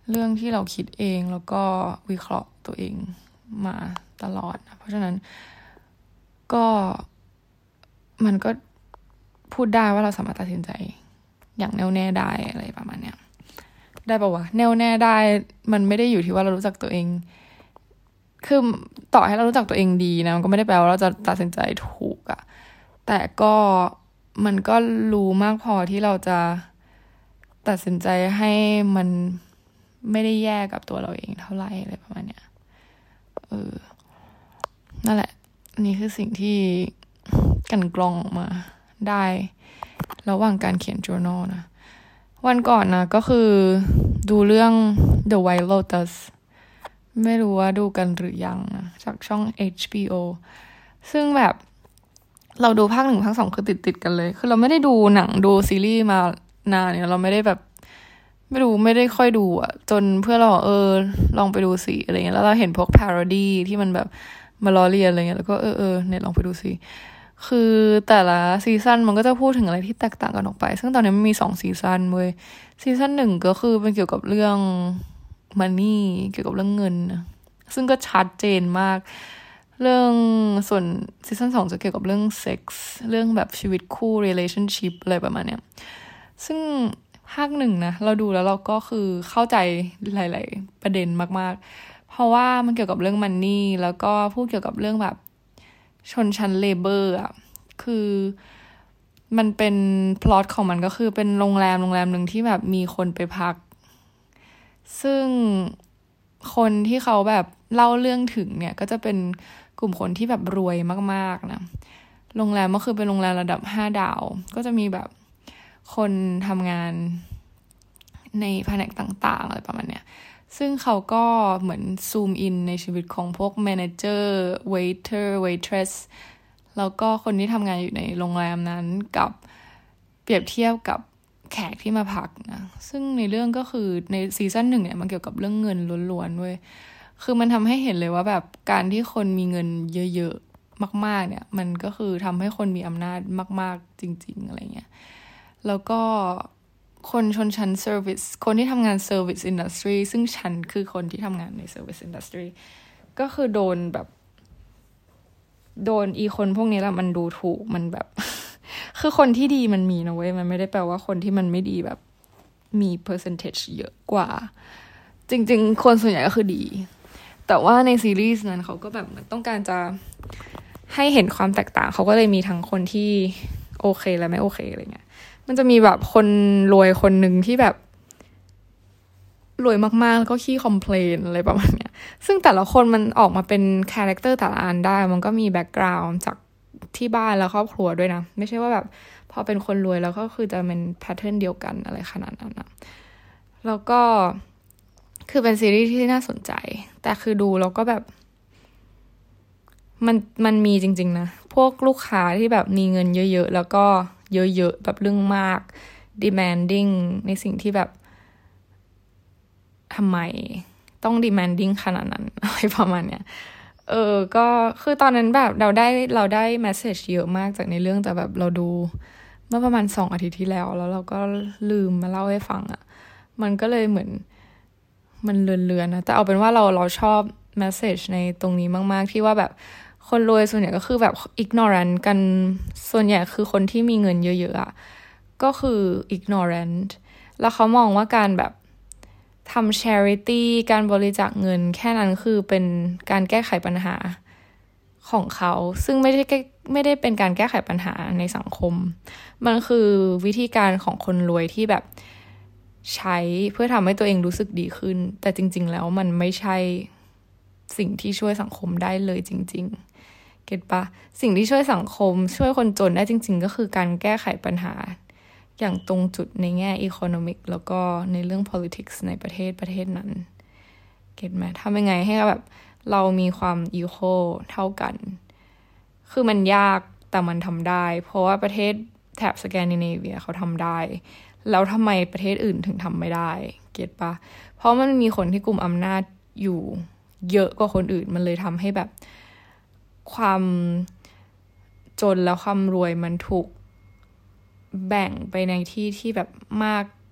เรื่องที่เราคิดเองแล้วก็วิเคราะห์ตัวเองมาตลอดนะเพราะฉะนั้นก็มันก็พูดได้ว่าเราสามารถตัดสินใจอย่างแน่วแน่ได้อะไรประมาณเนี้ยได้ปะวะแน่วแน่ได้มันไม่ได้อยู่ที่ว่าเรารู้จักตัวเองคือต่อให้เรารู้จักตัวเองดีนะมันก็ไม่ได้แปลว่าเราจะตัดสินใจถูกอะแต่ก็มันก็รู้มากพอที่เราจะตัดสินใจให้มันไม่ได้แย่กับตัวเราเองเท่าไหร่อะไรประมาณเนี้ยเออนั่นแหละนี่คือสิ่งที่กันกรองออกมาได้ระหว่างการเขียน journal นะวันก่อนนะก็คือดูเรื่อง The White Lotus ไม่รู้ว่าดูกันหรือยังนะจากช่อง เอช บี โอ ซึ่งแบบเราดูภาคหนึ่งภาคสองคือติดติดกันเลยคือเราไม่ได้ดูหนังดูซีรีส์มานานเนี่ยเราไม่ได้แบบไม่รู้ไม่ได้ค่อยดูอ่ะจนเพื่อนเราเออลองไปดูสิอะไรเงี้ยแล้วเราเห็นพวก parody ที่มันแบบมาล้อเลียนอะไรเงี้ยแล้วก็เออเออเนี่ยลองไปดูสิคือแต่ละซีซั่นมันก็จะพูดถึงอะไรที่แตกต่างกันออกไปซึ่งตอนนี้มันมีสองซีซั่นเว้ยซีซั่นหนึ่งก็คือเป็นเกี่ยวกับเรื่องมันนี่เกี่ยวกับเรื่องเงินซึ่งก็ชัดเจนมากเรื่องส่วนซีซั่นสองจะเกี่ยวกับเรื่องเซ็กส์เรื่องแบบชีวิตคู่ relationship อะไรประมาณเนี้ยซึ่งภาคหนึ่งนะเราดูแล้วเราก็คือเข้าใจหลายๆประเด็นมากๆเพราะว่ามันเกี่ยวกับเรื่องมันนี่แล้วก็พูดเกี่ยวกับเรื่องแบบชนชั้นเลเบอร์อ่ะคือมันเป็นพล็อตของมันก็คือเป็นโรงแรมโรงแรมหนึ่งที่แบบมีคนไปพักซึ่งคนที่เขาแบบเล่าเรื่องถึงเนี่ยก็จะเป็นกลุ่มคนที่แบบรวยมากๆนะโรงแรมก็คือเป็นโรงแรมระดับห้าดาวก็จะมีแบบคนทำงานในแผนกต่างๆอะไรประมาณเนี้ยซึ่งเขาก็เหมือนซูมอินในชีวิตของพวกแมเนเจอร์เวเตอร์เวทเทรสแล้วก็คนที่ทำงานอยู่ในโรงแรมนั้นกับเปรียบเทียบกับแขกที่มาพักนะซึ่งในเรื่องก็คือในซีซั่นหนึ่งเนี่ยมันเกี่ยวกับเรื่องเงินล้วนๆเว้ยคือมันทำให้เห็นเลยว่าแบบการที่คนมีเงินเยอะๆมากๆเนี่ยมันก็คือทำให้คนมีอำนาจมากๆจริงๆอะไรเงี้ยแล้วก็คนชนชั้น service คนที่ทำงาน service industry ซึ่งฉันคือคนที่ทำงานใน service industry ก็คือโดนแบบโดนอีคนพวกนี้แหละมันดูถูกมันแบบ คือคนที่ดีมันมีนะเว้ยมันไม่ได้แปลว่าคนที่มันไม่ดีแบบมี percentage เยอะกว่าจริงๆคนส่วนใหญ่ก็คือดีแต่ว่าในซีรีส์นั้นเขาก็แบบต้องการจะให้เห็นความแตกต่างเขาก็เลยมีทั้งคนที่โอเคและไม่โอเคอะไรเงี้ยมันจะมีแบบคนรวยคนหนึ่งที่แบบรวยมากๆแล้วก็ขี้คอมเพลนอะไรประมาณเนี้ยซึ่งแต่ละคนมันออกมาเป็นคาแรคเตอร์แต่ละอันได้มันก็มีแบ็กกราวด์จากที่บ้านแล้วครอบครัวด้วยนะไม่ใช่ว่าแบบพอเป็นคนรวยแล้วก็คือจะเป็นแพทเทิร์นเดียวกันอะไรขนาดนั้นนะแล้วก็คือเป็นซีรีส์ที่น่าสนใจแต่คือดูแล้วก็แบบมันมันมีจริงๆนะพวกลูกค้าที่แบบมีเงินเยอะๆแล้วก็เยอะๆแบบเรื่องมาก demanding ในสิ่งที่แบบทำไมต้อง demanding ขนาดนั้นอะไรประมาณเนี้ยเออก็คือตอนนั้นแบบเราได้เราได้ message เยอะมากจากในเรื่องแต่แบบเราดูเมื่อประมาณสองอาทิตย์ที่แล้วแล้วเราก็ลืมมาเล่าให้ฟังอ่ะมันก็เลยเหมือนมันเลือนๆนะแต่เอาเป็นว่าเราเราชอบ message ในตรงนี้มากๆที่ว่าแบบคนรวยส่วนใหญ่ก็คือแบบ ignorant กันส่วนใหญ่คือคนที่มีเงินเยอะๆอ่ะก็คือ ignorant แล้วเขามองว่าการแบบทำ charity การบริจาคเงินแค่นั้นคือเป็นการแก้ไขปัญหาของเขาซึ่งไม่ได้ไม่ได้เป็นการแก้ไขปัญหาในสังคมมันคือวิธีการของคนรวยที่แบบใช้เพื่อทำให้ตัวเองรู้สึกดีขึ้นแต่จริงๆแล้วมันไม่ใช่สิ่งที่ช่วยสังคมได้เลยจริงๆเก็ทปะสิ่งที่ช่วยสังคมช่วยคนจนได้จริงๆก็คือการแก้ไขปัญหาอย่างตรงจุดในแง่ economic แล้วก็ในเรื่อง politics ในประเทศประเทศนั้นเก็ทไหมทำยังไงให้แบบเรามีความ equal เท่ากันคือมันยากแต่มันทำได้เพราะว่าประเทศแถบสแกนดิเนเวียเขาทำได้แล้วทำไมประเทศอื่นถึงทำไม่ได้เก็ทปะเพราะมันมีคนที่กลุ่มอำนาจอยู่เยอะกว่าคนอื่นมันเลยทำให้แบบความจนและความรวยมันถูกแบ่งไปในที่ที่แบบมาก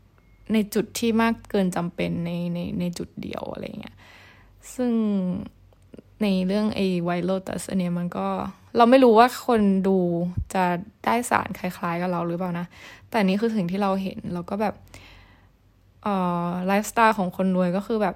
ในจุดที่มากเกินจำเป็นในในในจุดเดียวอะไรเงี้ยซึ่งในเรื่องไอ้ White Lotus อันเนี้ยมันก็เราไม่รู้ว่าคนดูจะได้สารคล้ายๆกับเราหรือเปล่านะแต่นี่คือสิ่งที่เราเห็นแล้วก็แบบเอ่อไลฟ์สไตล์ของคนรวยก็คือแบบ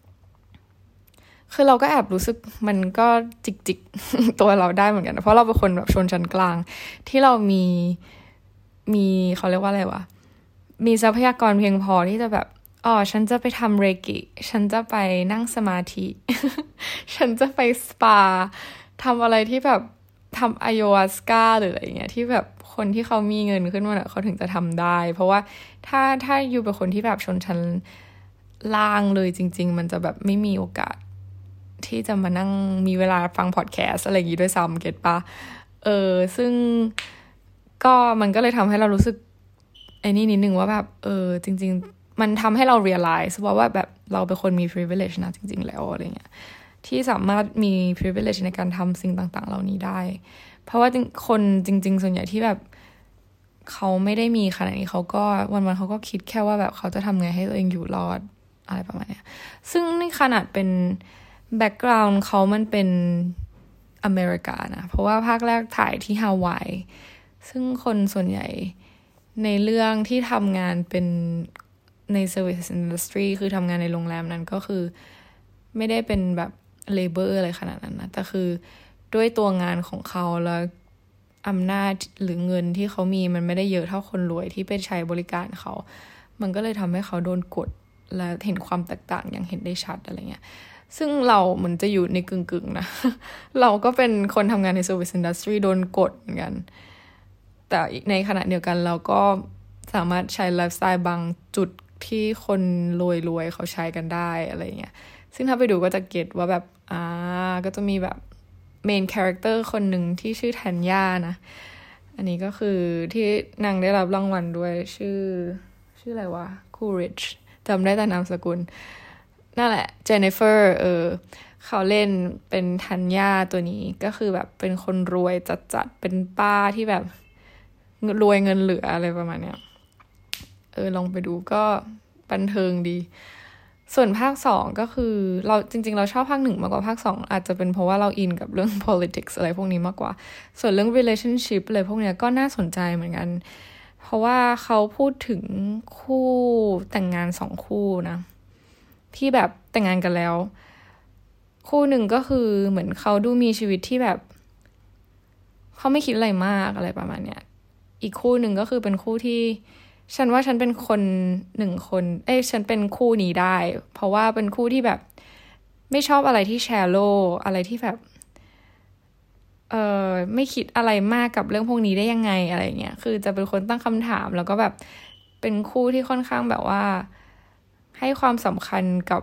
คือเราก็แอบรู้สึกมันก็จิกๆ ตัวเราได้เหมือนกันเพราะเราเป็นคนแบบชนชั้นกลางที่เรามีมีเขาเรียกว่าอะไรวะมีทรัพยากรเพียงพอที่จะแบบอ๋อฉันจะไปทำเรกิฉันจะไปนั่งสมาธิ ฉันจะไปสปาทำอะไรที่แบบทำอายาวาสกาหรืออะไรเงี้ยที่แบบคนที่เขามีเงินขึ้นมาเขาถึงจะทำได้เพราะว่าถ้าถ้าอยู่เป็นคนที่แบบชนชั้นล่างเลยจริงๆมันจะแบบไม่มีโอกาสที่จะมานั่งมีเวลาฟังพอดแคสต์อะไรอย่างงี้ด้วยซ้ำเก็ตปะเออซึ่งก็มันก็เลยทำให้เรารู้สึกไอ้นี่นิดนึงว่าแบบเออจริงๆมันทำให้เรา realize ว่าว่าแบบเราเป็นคนมี privilege นะจริงๆแล้วอะไรเงี้ยที่สามารถมี privilege ในการทำสิ่งต่างๆเหล่านี้ได้เพราะว่าคนจริงๆส่วนใหญ่ที่แบบเขาไม่ได้มีขนาดนี้เขาก็วันๆเขาก็คิดแค่ว่าแบบเขาจะทำไงให้ตัวเองอยู่รอดอะไรประมาณนี้ซึ่งนี่ขนาดเป็นแบ็กกราวน์เขามันเป็นอเมริกานะเพราะว่าภาคแรกถ่ายที่ฮาวายซึ่งคนส่วนใหญ่ในเรื่องที่ทำงานเป็นใน service industry คือทำงานในโรงแรมนั้นก็คือไม่ได้เป็นแบบ labor อะไรขนาดนั้นนะแต่คือด้วยตัวงานของเขาแล้วอำนาจหรือเงินที่เขามีมันไม่ได้เยอะเท่าคนรวยที่ไปใช้บริการเขามันก็เลยทำให้เขาโดนกดและเห็นความแตกต่างอย่างเห็นได้ชัดอะไรเงี้ยซึ่งเราเหมือนจะอยู่ในกึ่งๆนะ เราก็เป็นคนทำงานใน service industry โดนกดเหมือนกันแต่ในขณะเดียวกันเราก็สามารถใช้ไลฟ์สไตล์บางจุดที่คนรวยๆเขาใช้กันได้อะไรเงี้ยซึ่งถ้าไปดูก็จะเก็ตว่าแบบอ่าก็จะมีแบบเมนคาแรคเตอร์คนหนึ่งที่ชื่อธัญญานะอันนี้ก็คือที่นางได้รับรางวัลด้วยชื่อชื่ออะไรวะคูริชจำได้แต่นามสกุลนั่นแหละเจนนิเฟอร์เออเขาเล่นเป็นธัญญาตัวนี้ก็คือแบบเป็นคนรวยจัดๆเป็นป้าที่แบบรวยเงินเหลืออะไรประมาณเนี้ยเออลองไปดูก็บันเทิงดีส่วนภาคสองก็คือเราจริงๆเราชอบภาคหนึ่งมากกว่าภาคสองอาจจะเป็นเพราะว่าเราอินกับเรื่อง politics อะไรพวกนี้มากกว่าส่วนเรื่อง relationship อะไรพวกเนี้ยก็น่าสนใจเหมือนกันเพราะว่าเขาพูดถึงคู่แต่งงานสองคู่นะที่แบบแต่งงานกันแล้วคู่หนึ่งก็คือเหมือนเขาดูมีชีวิตที่แบบเขาไม่คิดอะไรมากอะไรประมาณเนี้ยอีกคู่หนึ่งก็คือเป็นคู่ที่ฉันว่าฉันเป็นคนหนึ่งคนเอ้ยฉันเป็นคู่นี้ได้เพราะว่าเป็นคู่ที่แบบไม่ชอบอะไรที่แชร์โลอะไรที่แบบเออไม่คิดอะไรมากกับเรื่องพวกนี้ได้ยังไงอะไรเงี้ยคือจะเป็นคนตั้งคำถามแล้วก็แบบเป็นคู่ที่ค่อนข้างแบบว่าให้ความสำคัญกับ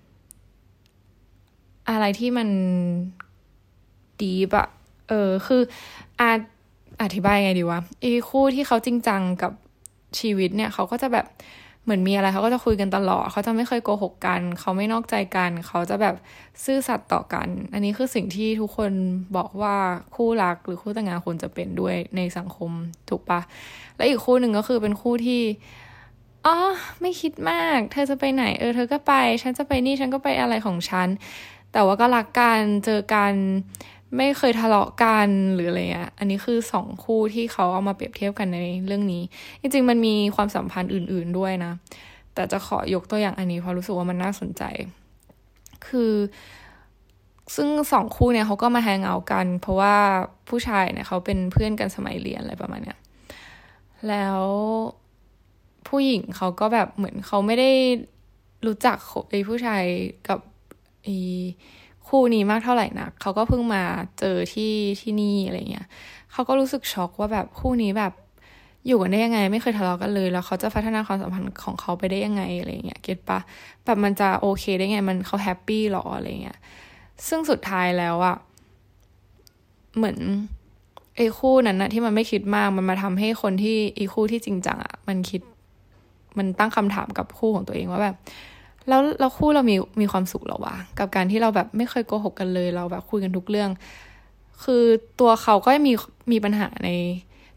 อะไรที่มันดีปะเออคืออาอธิบายไงดีวะไอ้คู่ที่เขาจริงจังกับชีวิตเนี่ยเขาก็จะแบบเหมือนมีอะไรเขาก็จะคุยกันตลอดเขาจะไม่เคยโกหกกันเขาไม่นอกใจกันเขาจะแบบซื่อสัตย์ต่อกันอันนี้คือสิ่งที่ทุกคนบอกว่าคู่รักหรือคู่แต่งงานควรจะเป็นด้วยในสังคมถูกปะและอีกคู่หนึ่งก็คือเป็นคู่ที่อ๋อไม่คิดมากเธอจะไปไหนเออเธอก็ไปฉันจะไปนี่ฉันก็ไปอะไรของฉันแต่ว่าก็รักกันเจอกันไม่เคยทะเลาะกันหรืออะไรเงี้ยอันนี้คือสองคู่ที่เขาเอามาเปรียบเทียบกันในเรื่องนี้จริงๆมันมีความสัมพันธ์อื่นๆด้วยนะแต่จะขอยกตัวอย่างอันนี้เพราะรู้สึกว่ามันน่าสนใจคือซึ่งสองคู่เนี่ยเขาก็มาแฮงเอาท์กันเพราะว่าผู้ชายเนี่ยเขาเป็นเพื่อนกันสมัยเรียนอะไรประมาณเนี้ยแล้วผู้หญิงเขาก็แบบเหมือนเขาไม่ได้รู้จักไอ้ผู้ชายกับไอ้คู่นี้มากเท่าไหร่นักเขาก็เพิ่งมาเจอที่ที่นี่อะไรเงี้ยเขาก็รู้สึกช็อกว่าแบบคู่นี้แบบอยู่กันได้ยังไงไม่เคยทะเลาะกันเลยแล้วเขาจะพัฒนาความสัมพันธ์ของเขาไปได้ยังไงอะไรเงี้ยเก็ตปะแบบมันจะโอเคได้ไงมันเขาแฮปปี้หรออะไรเงี้ยซึ่งสุดท้ายแล้วอะเหมือนไอ้คู่นั้นนะที่มันไม่คิดมากมันมาทำให้คนที่ไอ้คู่ที่จริงจังอะมันคิดมันตั้งคำถามกับคู่ของตัวเองว่าแบบแล้วเราคู่เรามีมีความสุขหรอวะกับการที่เราแบบไม่เคยโกหกกันเลยเราแบบคุยกันทุกเรื่องคือตัวเขาก็มีมีปัญหาใน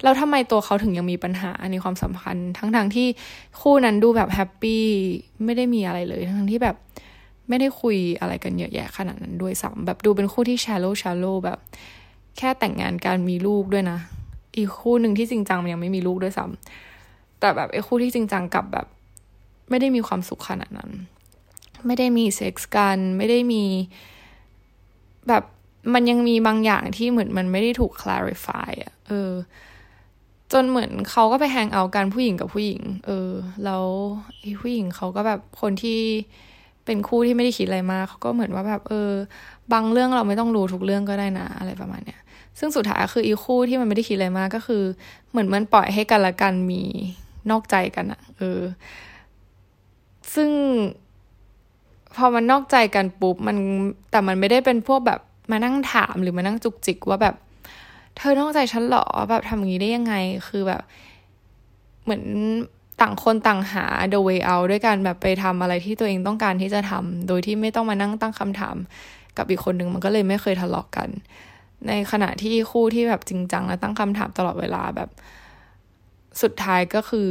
แล้วทำไมตัวเขาถึงยังมีปัญหาในความสัมพันธ์ทั้งๆที่คู่นั้นดูแบบแฮปปี้ไม่ได้มีอะไรเลยทั้งๆที่แบบไม่ได้คุยอะไรกันเยอะแยะขนาดนั้นด้วยซ้ำแบบดูเป็นคู่ที่ shallow shallow แบบแค่แต่งงานกันมีลูกด้วยนะอีกคู่หนึ่งที่จริงจังมันยังไม่มีลูกด้วยซ้ำแต่แบบไอ้คู่ที่จริงจังกับแบบไม่ได้มีความสุขขนาดนั้นไม่ได้มีเซ็กส์กันไม่ได้มีแบบมันยังมีบางอย่างที่เหมือนมันไม่ได้ถูก clarify อ่ะเออจนเหมือนเขาก็ไปแฮงเอาท์กันผู้หญิงกับผู้หญิงเออแล้วไอ้ผู้หญิงเขาก็แบบคนที่เป็นคู่ที่ไม่ได้คิดอะไรมากเขาก็เหมือนว่าแบบเออบางเรื่องเราไม่ต้องรู้ทุกเรื่องก็ได้นะอะไรประมาณเนี้ยซึ่งสุดท้ายคืออีคู่ที่มันไม่ได้คิดอะไรมากก็คือเหมือนมันปล่อยให้กันและกันมีนอกใจกันอะเออซึ่งพอมันนอกใจกันปุ๊บมันแต่มันไม่ได้เป็นพวกแบบมานั่งถามหรือมานั่งจุกจิกว่าแบบเธอนอกใจฉันเหรอแบบทำอย่างนี้ได้ยังไงคือแบบเหมือนต่างคนต่างหา the way out ด้วยกันแบบไปทำอะไรที่ตัวเองต้องการที่จะทำโดยที่ไม่ต้องมานั่งตั้งคำถามกับอีกคนหนึ่งมันก็เลยไม่เคยทะเลาะกันในขณะที่คู่ที่แบบจริงจังและตั้งคำถามตลอดเวลาแบบสุดท้ายก็คือ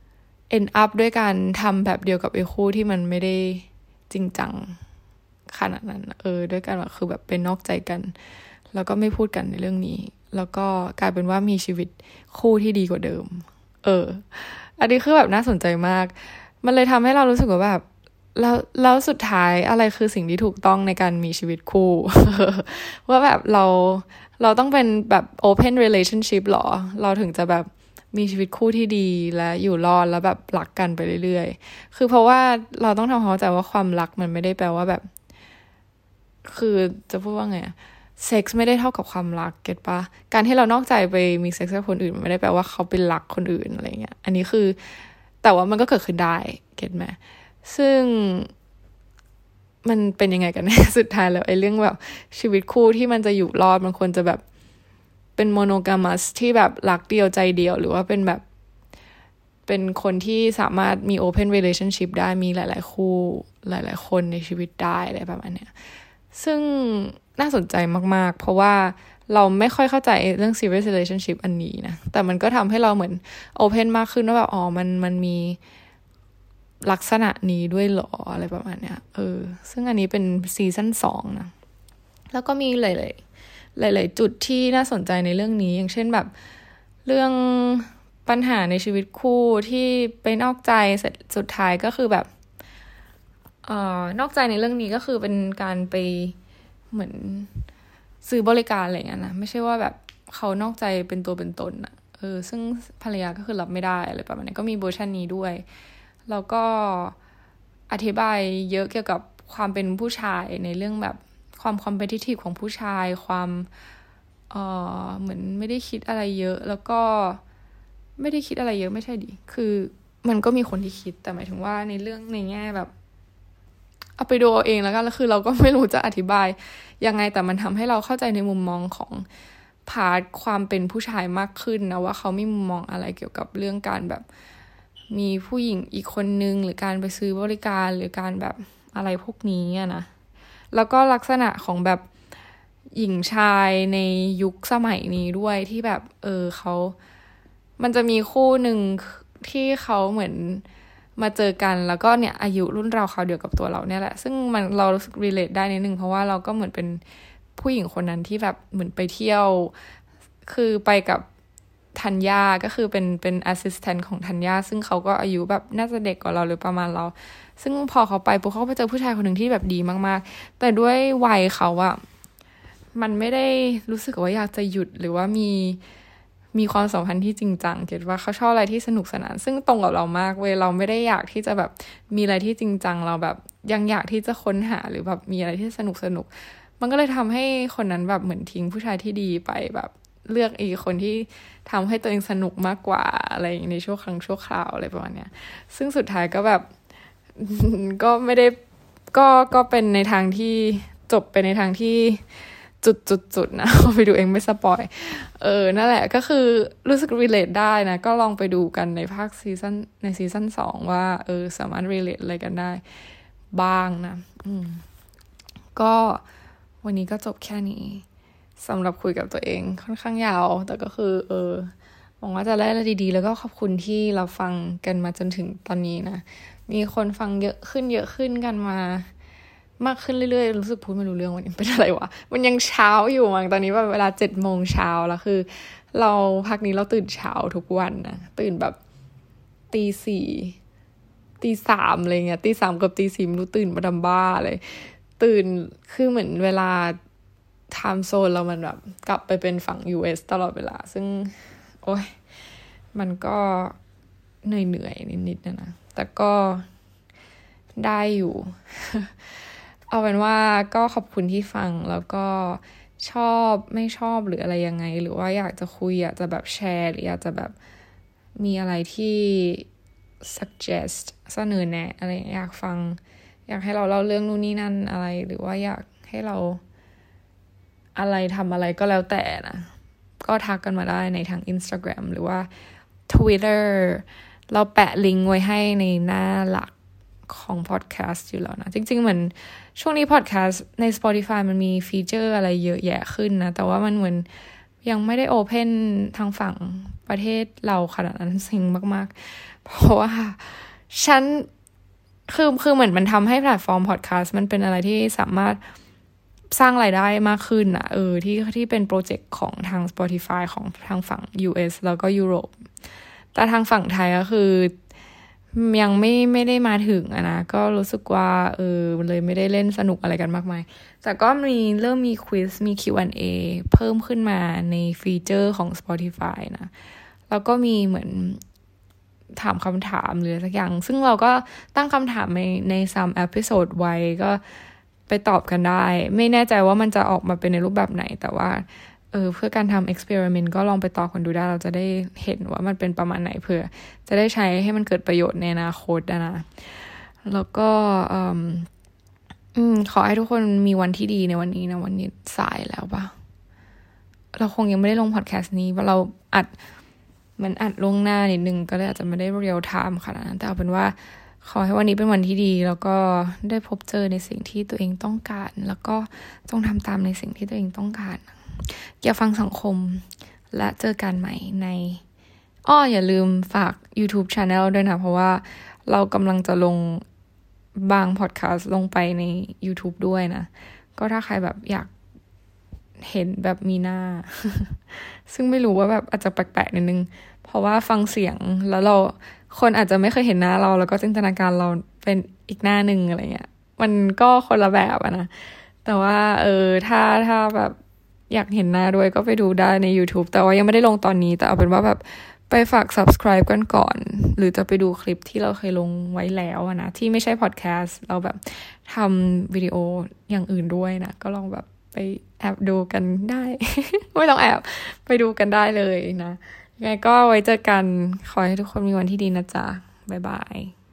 end up ด้วยการทำแบบเดียวกับไอ้คู่ที่มันไม่ได้จริงจังขนาดนั้นเออด้วยกันว่าคือแบบเป็นนอกใจกันแล้วก็ไม่พูดกันในเรื่องนี้แล้วก็กลายเป็นว่ามีชีวิตคู่ที่ดีกว่าเดิมเอออันนี้คือแบบน่าสนใจมากมันเลยทำให้เรารู้สึกว่าแบบแล้วแล้วสุดท้ายอะไรคือสิ่งที่ถูกต้องในการมีชีวิตคู่ ว่าแบบเราเราต้องเป็นแบบ open relationship หรอเราถึงจะแบบมีชีวิตคู่ที่ดีและอยู่รอดแล้วแบบรักกันไปเรื่อยๆคือเพราะว่าเราต้องทำความเข้าใจว่าความรักมันไม่ได้แปลว่าแบบคือจะพูดว่าไงเซ็กส์ไม่ได้เท่ากับความรักเก็ตปะการที่เรานอกใจไปมีเซ็กส์กับคนอื่นมันไม่ได้แปลว่าเขาเป็นรักคนอื่นอะไรเงี้ยอันนี้คือแต่ว่ามันก็เกิดขึ้นได้เก็ตไหมซึ่งมันเป็นยังไงกันแน่ สุดท้ายแล้วไอ้เรื่องแบบชีวิตคู่ที่มันจะอยู่รอดมันควรจะแบบเป็นโมโนกามัสที่แบบรักเดียวใจเดียวหรือว่าเป็นแบบเป็นคนที่สามารถมี open relationship ได้มีหลายๆคู่หลายๆคนในชีวิตได้อะไรประมาณเนี้ยซึ่งน่าสนใจมากๆเพราะว่าเราไม่ค่อยเข้าใจเรื่อง serious relationship อันนี้นะแต่มันก็ทำให้เราเหมือน open มากขึ้นว่าแบบอ๋อมันมันมีลักษณะนี้ด้วยหรออะไรประมาณเนี้ยเออซึ่งอันนี้เป็นซีซั่นสองนะแล้วก็มีหลายๆหลายๆจุดที่น่าสนใจในเรื่องนี้อย่างเช่นแบบเรื่องปัญหาในชีวิตคู่ที่ไปนอกใจเสร็จสุดท้ายก็คือแบบเอ่อนอกใจในเรื่องนี้ก็คือเป็นการไปเหมือนซื้อบริการอะไรอย่างเงี้ยนะไม่ใช่ว่าแบบเขานอกใจเป็นตัวเป็นตนอะเออซึ่งภรรยาก็คือรับไม่ได้อะไรประมาณนี้ก็มีเวอร์ชันนี้ด้วยแล้วก็อธิบายเยอะเกี่ยวกับความเป็นผู้ชายในเรื่องแบบความคอมเพทิทีฟของผู้ชายความเอ่อเหมือนไม่ได้คิดอะไรเยอะแล้วก็ไม่ได้คิดอะไรเยอะไม่ใช่ดิคือมันก็มีคนที่คิดแต่หมายถึงว่าในเรื่องในแง่แบบเอาไปดูเอาเองแล้วกันแล้วคือเราก็ไม่รู้จะอธิบายยังไงแต่มันทำให้เราเข้าใจในมุมมองของพาร์ทความเป็นผู้ชายมากขึ้นนะว่าเขามีมุมมองอะไรเกี่ยวกับเรื่องการแบบมีผู้หญิงอีกคนนึงหรือการไปซื้อบริการหรือการแบบอะไรพวกนี้อะนะแล้วก็ลักษณะของแบบหญิงชายในยุคสมัยนี้ด้วยที่แบบเออเขามันจะมีคู่หนึ่งที่เขาเหมือนมาเจอกันแล้วก็เนี่ยอายุรุ่นเราเขาเดียวกับตัวเราเนี่ยแหละซึ่งมันเรารู้สึก relate ได้นิดนึงเพราะว่าเราก็เหมือนเป็นผู้หญิงคนนั้นที่แบบเหมือนไปเที่ยวคือไปกับธัญญาก็คือเป็นเป็น assistant ของธัญญาซึ่งเขาก็อายุแบบน่าจะเด็กกว่าเราหรือประมาณเราซึ่งพอเขาไปปุ๊บเขาก็ไปเจอผู้ชายคนหนึ่งที่แบบดีมากๆแต่ด้วยวัยเขาอะมันไม่ได้รู้สึกว่าอยากจะหยุดหรือว่ามีมีความสัมพันธ์ที่จริงจังเก็ทว่าเขาชอบอะไรที่สนุกสนานซึ่งตรงกับเรามากเว้ยเราไม่ได้อยากที่จะแบบมีอะไรที่จริงจังเราแบบยังอยากที่จะค้นหาหรือแบบมีอะไรที่สนุกสนุกมันก็เลยทำให้คนนั้นแบบเหมือนทิ้งผู้ชายที่ดีไปแบบเลือกอีกคนที่ทำให้ตัวเองสนุกมากกว่าอะไรในช่วงครั้งชั่วคราวอะไรประมาณเนี้ยซึ่งสุดท้ายก็แบบ ก็ไม่ได้ก็ก็เป็นในทางที่จบไปในทางที่จุดๆๆนะไปดูเองไม่สปอยเออนั่นแหละก็คือรู้สึก relate ได้นะก็ลองไปดูกันในภาคซีซั่นในซีซั่นสองว่าเออสามารถ relate อะไรกันได้บ้างนะอืมก็วันนี้ก็จบแค่นี้สำหรับคุยกับตัวเองค่อนข้างยาวแต่ก็คือเออหวังว่าจะได้อะไรดีๆแล้วก็ขอบคุณที่เราฟังกันมาจนถึงตอนนี้นะมีคนฟังเยอะขึ้นเยอะขึ้นกันมามากขึ้นเรื่อยๆรู้สึกพูดไม่รู้เรื่องวันนี้เป็นอะไรวะมันยังเช้าอยู่มั้งตอนนี้แบบเวลาเจ็ดโมงเช้าแล้วคือเราพักนี้เราตื่นเช้าทุกวันนะตื่นแบบตีสี่ตีสามอะไรเงี้ยตีสามกับตีสี่ไม่รู้ตื่นมาดำบ้าเลยตื่นคือเหมือนเวลาไทม์โซนเรามันแบบกลับไปเป็นฝั่ง ยู เอส ตลอดเวลาซึ่งโอ้ยมันก็เหนื่อยๆนิดๆนะนะแต่ก็ได้อยู่ เอาเป็นว่าก็ขอบคุณที่ฟังแล้วก็ชอบไม่ชอบหรืออะไรยังไงหรือว่าอยากจะคุยอยากจะแบบแชร์หรืออยากจะแบบมีอะไรที่ suggest เสนอแนะอะไรอยากฟังอยากให้เราเล่าเรื่องนู่นนี่นั่นอะไรหรือว่าอยากให้เราอะไรทำอะไรก็แล้วแต่นะก็ทักกันมาได้ในทาง Instagram หรือว่า Twitter เราแปะลิงก์ไว้ให้ในหน้าหลักของพอดแคสต์อยู่แล้วนะจริงๆเหมือนช่วงนี้พอดแคสต์ใน Spotify มันมีฟีเจอร์อะไรเยอะแยะขึ้นนะแต่ว่ามันเหมือนยังไม่ได้โอเพนทางฝั่งประเทศเราขนาดนั้นซิงมากๆเพราะว่าฉันคือคือเหมือนมันทำให้แพลตฟอร์มพอดแคสต์มันเป็นอะไรที่สามารถสร้างรายได้มากขึ้นนะเออที่ที่เป็นโปรเจกต์ของทาง Spotify ของทางฝั่ง ยู เอส แล้วก็ยุโรปแต่ทางฝั่งไทยก็คือยังไม่ไม่ได้มาถึงอะนะก็รู้สึกว่าเออเลยไม่ได้เล่นสนุกอะไรกันมากมายแต่ก็มีเริ่มมีควิสมี คิว แอนด์ เอ เพิ่มขึ้นมาในฟีเจอร์ของ Spotify นะแล้วก็มีเหมือนถามคำถามหรือสักอย่างซึ่งเราก็ตั้งคำถามในในซัมเอพิโซดไว้ก็ไปตอบกันได้ไม่แน่ใจว่ามันจะออกมาเป็นในรูปแบบไหนแต่ว่าเออเพื่อการทำ experiment ก็ลองไปตอบกันดูได้เราจะได้เห็นว่ามันเป็นประมาณไหนเผื่อจะได้ใช้ให้มันเกิดประโยชน์ในอนาคตนะแล้วก็อืมอืมขอให้ทุกคนมีวันที่ดีในวันนี้นะวันนี้สายแล้วปะเราคงยังไม่ได้ลงพอดแคสต์นี้เพราะเราอัดมันอัดล่วงหน้านิดนึงก็เลยอาจจะไม่ได้เรียลไทม์ขนาดนั้นแต่เอาเป็นว่าขอให้วันนี้เป็นวันที่ดีแล้วก็ได้พบเจอในสิ่งที่ตัวเองต้องการแล้วก็ต้องทำตามในสิ่งที่ตัวเองต้องการอย่าฟังสังคมและเจอกันใหม่ในอ้ออย่าลืมฝาก YouTube Channel ด้วยนะเพราะว่าเรากำลังจะลงบางพอดแคสต์ลงไปใน YouTube ด้วยนะก็ถ้าใครแบบอยากเห็นแบบมีหน้า ซึ่งไม่รู้ว่าแบบอาจจะแปลกๆนิดนึงเพราะว่าฟังเสียงแล้วเราคนอาจจะไม่เคยเห็นหน้าเราแล้วก็จินตนาการเราเป็นอีกหน้านึงอะไรเงี้ยมันก็คนละแบบอะนะแต่ว่าเออถ้าถ้าแบบอยากเห็นหน้าด้วยก็ไปดูได้ใน YouTube แต่ว่ายังไม่ได้ลงตอนนี้แต่เอาเป็นว่าแบบไปฝาก subscribe กันก่อนหรือจะไปดูคลิปที่เราเคยลงไว้แล้วนะที่ไม่ใช่พอดแคสต์เราแบบทำวิดีโออย่างอื่นด้วยนะก็ลองแบบไปแอบดูกันได้ ไม่ต้องแอบไปดูกันได้เลยนะยังไงก็ไว้เจอกันขอให้ทุกคนมีวันที่ดีนะจ๊ะบ๊ายบาย